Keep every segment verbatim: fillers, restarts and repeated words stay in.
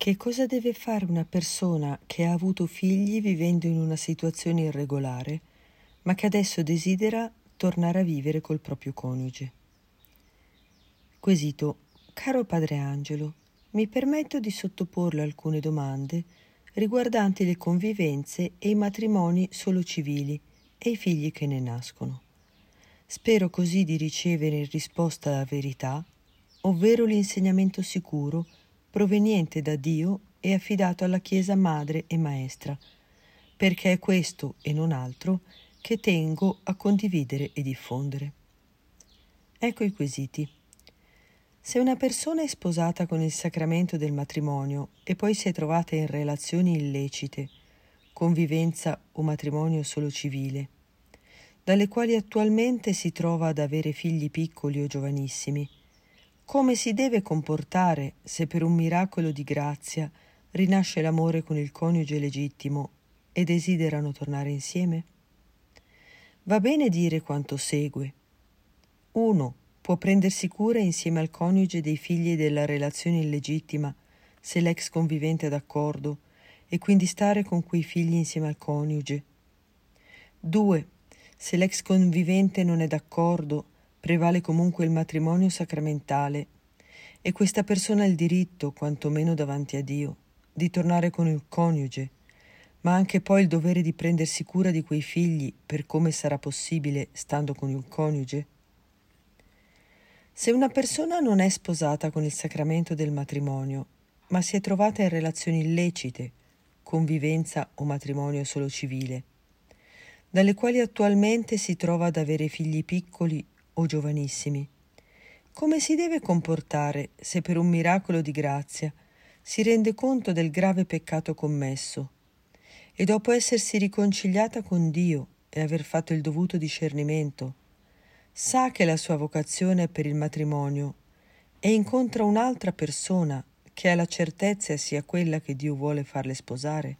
Che cosa deve fare una persona che ha avuto figli vivendo in una situazione irregolare, ma che adesso desidera tornare a vivere col proprio coniuge? Quesito: caro padre Angelo, mi permetto di sottoporle alcune domande riguardanti le convivenze e i matrimoni solo civili e i figli che ne nascono. Spero così di ricevere in risposta la verità, ovvero l'insegnamento sicuro proveniente da Dio e affidato alla Chiesa madre e maestra, perché è questo e non altro che tengo a condividere e diffondere. Ecco i quesiti. Se una persona è sposata con il sacramento del matrimonio e poi si è trovata in relazioni illecite, convivenza o matrimonio solo civile, dalle quali attualmente si trova ad avere figli piccoli o giovanissimi, come si deve comportare se per un miracolo di grazia rinasce l'amore con il coniuge legittimo e desiderano tornare insieme? Va bene dire quanto segue. uno. Può prendersi cura insieme al coniuge dei figli della relazione illegittima se l'ex convivente è d'accordo e quindi stare con quei figli insieme al coniuge. due. Se l'ex convivente non è d'accordo, prevale comunque il matrimonio sacramentale e questa persona ha il diritto, quantomeno davanti a Dio, di tornare con il coniuge, ma anche poi il dovere di prendersi cura di quei figli per come sarà possibile stando con il coniuge. Se una persona non è sposata con il sacramento del matrimonio, ma si è trovata in relazioni illecite, convivenza o matrimonio solo civile, dalle quali attualmente si trova ad avere figli piccoli o giovanissimi, come si deve comportare se per un miracolo di grazia si rende conto del grave peccato commesso e dopo essersi riconciliata con Dio e aver fatto il dovuto discernimento, sa che la sua vocazione è per il matrimonio e incontra un'altra persona che ha la certezza sia quella che Dio vuole farle sposare?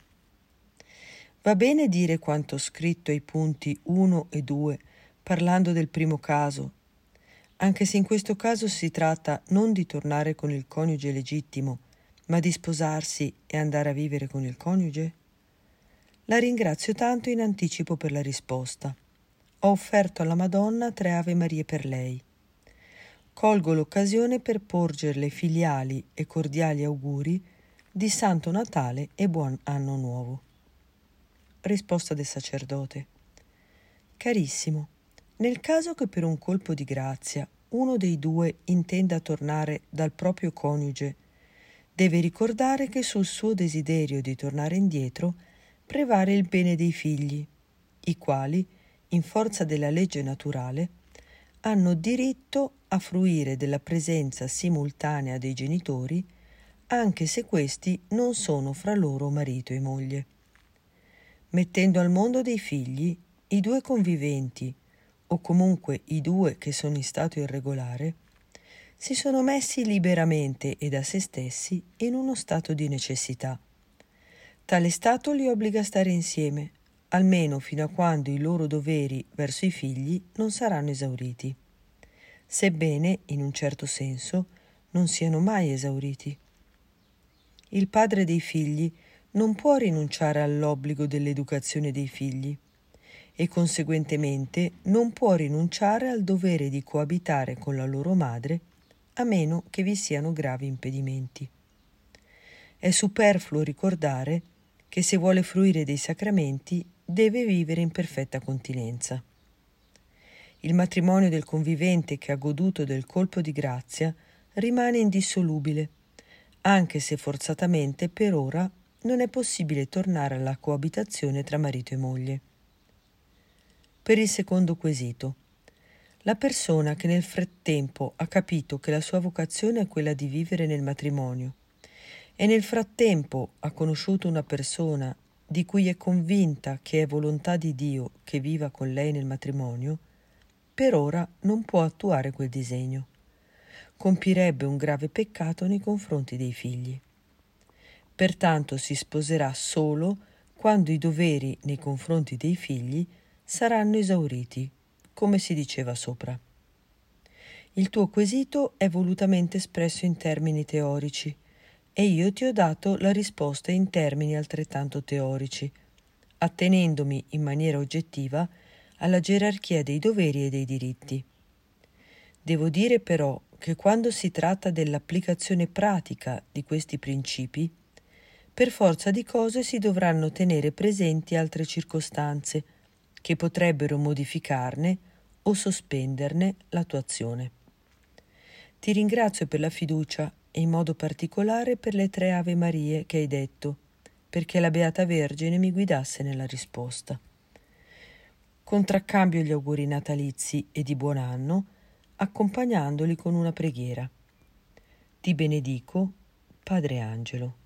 Va bene dire quanto scritto ai punti uno e due parlando del primo caso, anche se in questo caso si tratta non di tornare con il coniuge legittimo, ma di sposarsi e andare a vivere con il coniuge? La ringrazio tanto in anticipo per la risposta. Ho offerto alla Madonna tre Ave Marie per lei. Colgo l'occasione per porgerle filiali e cordiali auguri di Santo Natale e buon anno nuovo. Risposta del sacerdote. Carissimo, nel caso che per un colpo di grazia uno dei due intenda tornare dal proprio coniuge, deve ricordare che sul suo desiderio di tornare indietro prevale il bene dei figli, i quali, in forza della legge naturale, hanno diritto a fruire della presenza simultanea dei genitori, anche se questi non sono fra loro marito e moglie. Mettendo al mondo dei figli, i due conviventi, o comunque i due che sono in stato irregolare, si sono messi liberamente e da se stessi in uno stato di necessità. Tale stato li obbliga a stare insieme, almeno fino a quando i loro doveri verso i figli non saranno esauriti, sebbene, in un certo senso, non siano mai esauriti. Il padre dei figli non può rinunciare all'obbligo dell'educazione dei figli e conseguentemente non può rinunciare al dovere di coabitare con la loro madre a meno che vi siano gravi impedimenti. È superfluo ricordare che se vuole fruire dei sacramenti deve vivere in perfetta continenza. Il matrimonio del convivente che ha goduto del colpo di grazia rimane indissolubile, anche se forzatamente per ora non è possibile tornare alla coabitazione tra marito e moglie. Per il secondo quesito, la persona che nel frattempo ha capito che la sua vocazione è quella di vivere nel matrimonio e nel frattempo ha conosciuto una persona di cui è convinta che è volontà di Dio che viva con lei nel matrimonio, per ora non può attuare quel disegno. Compirebbe un grave peccato nei confronti dei figli. Pertanto si sposerà solo quando i doveri nei confronti dei figli saranno esauriti, come si diceva sopra. Il tuo quesito è volutamente espresso in termini teorici e io ti ho dato la risposta in termini altrettanto teorici, attenendomi in maniera oggettiva alla gerarchia dei doveri e dei diritti. Devo dire però che quando si tratta dell'applicazione pratica di questi principi, per forza di cose si dovranno tenere presenti altre circostanze che potrebbero modificarne o sospenderne l'attuazione. Ti ringrazio per la fiducia e in modo particolare per le tre Ave Marie che hai detto, perché la Beata Vergine mi guidasse nella risposta. Contraccambio gli auguri natalizi e di buon anno, accompagnandoli con una preghiera. Ti benedico, Padre Angelo.